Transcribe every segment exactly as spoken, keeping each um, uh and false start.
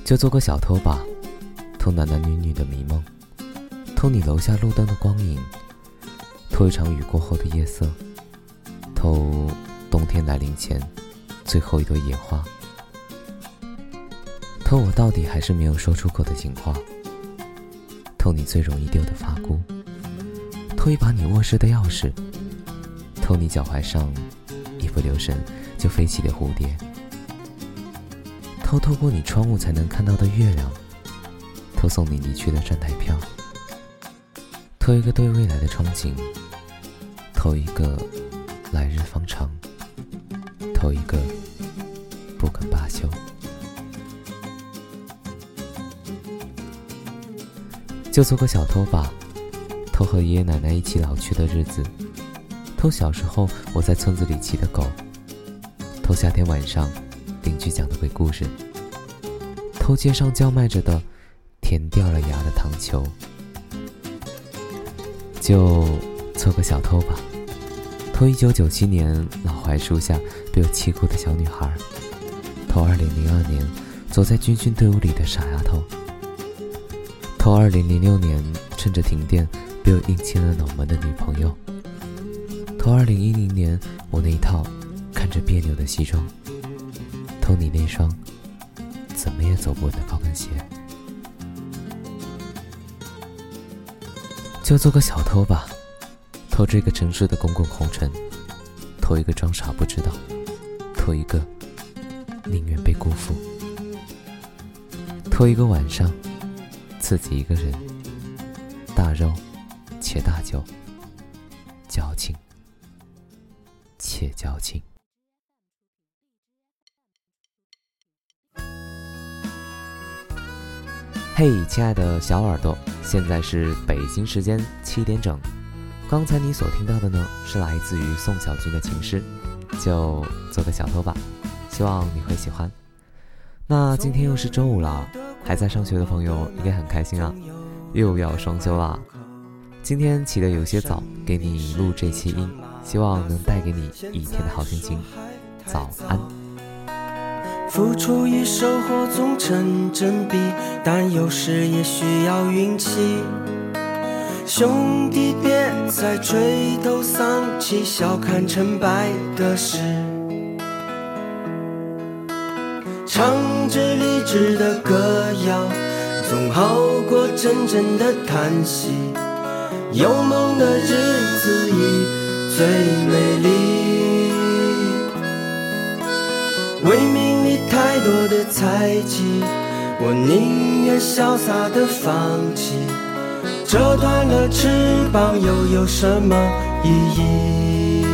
就做个小偷吧，偷男男女女的迷梦，偷你楼下路灯的光影，偷一场雨过后的夜色，偷冬天来临前最后一朵野花，偷我到底还是没有说出口的情话，偷你最容易丢的发箍，偷一把你卧室的钥匙，偷你脚踝上一不留神就飞起的蝴蝶，偷透过你窗户才能看到的月亮，偷送你离去的站台票，偷一个对未来的憧憬，偷一个来日方长，偷一个不肯罢休。就做个小偷吧，偷和爷爷奶奶一起老去的日子，偷小时候我在村子里骑的狗，偷夏天晚上邻居讲的鬼故事，偷街上叫卖着的甜掉了牙的糖球。就做个小偷吧，偷一九九七年老槐树下被我气哭的小女孩，偷二零零二年走在军训队伍里的傻丫头，偷二零零六年趁着停电被我硬亲了脑门的女朋友，偷二零一零年我那一套看着别扭的西装，偷你那双怎么也走不稳的高跟鞋。就做个小偷吧，偷这个城市的滚滚红尘，偷一个装傻不知道，偷一个宁愿被辜负，偷一个晚上自己一个人，大肉且大酒，矫情且矫情。嘿、hey, 亲爱的小耳朵，现在是北京时间七点整。刚才你所听到的呢，是来自于宋小军的情诗，就做个小偷吧，希望你会喜欢。那今天又是周五了，还在上学的朋友应该很开心啊，又要双休啦。今天起得有些早，给你录这期音，希望能带给你一天的好心情。早安。 付出与收获总成正比，但有时也需要运气。兄弟别再垂头丧气，小看成败的事。唱着励志的歌谣，总好过真正的叹息。有梦的日子里最美丽。为名利太多的猜忌，我宁愿潇洒的放弃。折断了翅膀又有什么意义？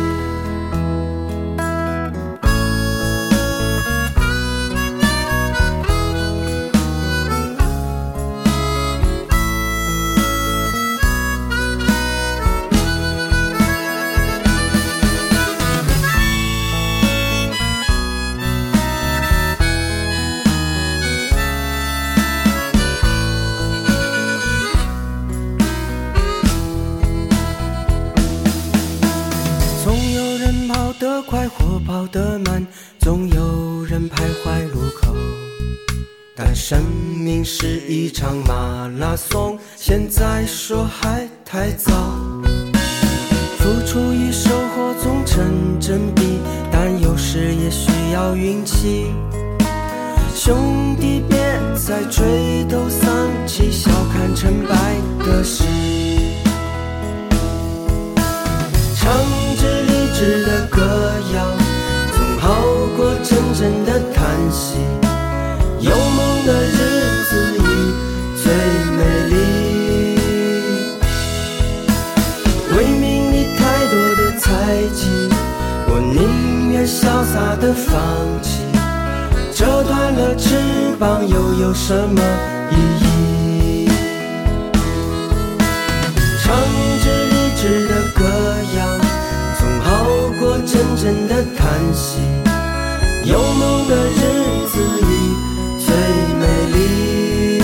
跑得快或跑得慢，总有人徘徊路口。但生命是一场马拉松，现在说还太早。付出与收获总成正比，但有时也需要运气。兄弟别再垂头丧气，小看成败的事。唱着励志的歌谣，总好过真正的叹息。有梦的日子里最美丽。为名利太多的猜忌，我宁愿潇洒的放弃。折断了翅膀又有什么意义？唱着励志的歌谣，总好过真正的叹息。有梦的日子里最美丽。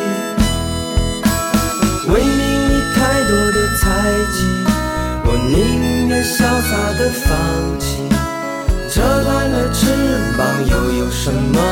为名利太多的猜忌，我宁愿潇洒的放弃。折断了翅膀又有什么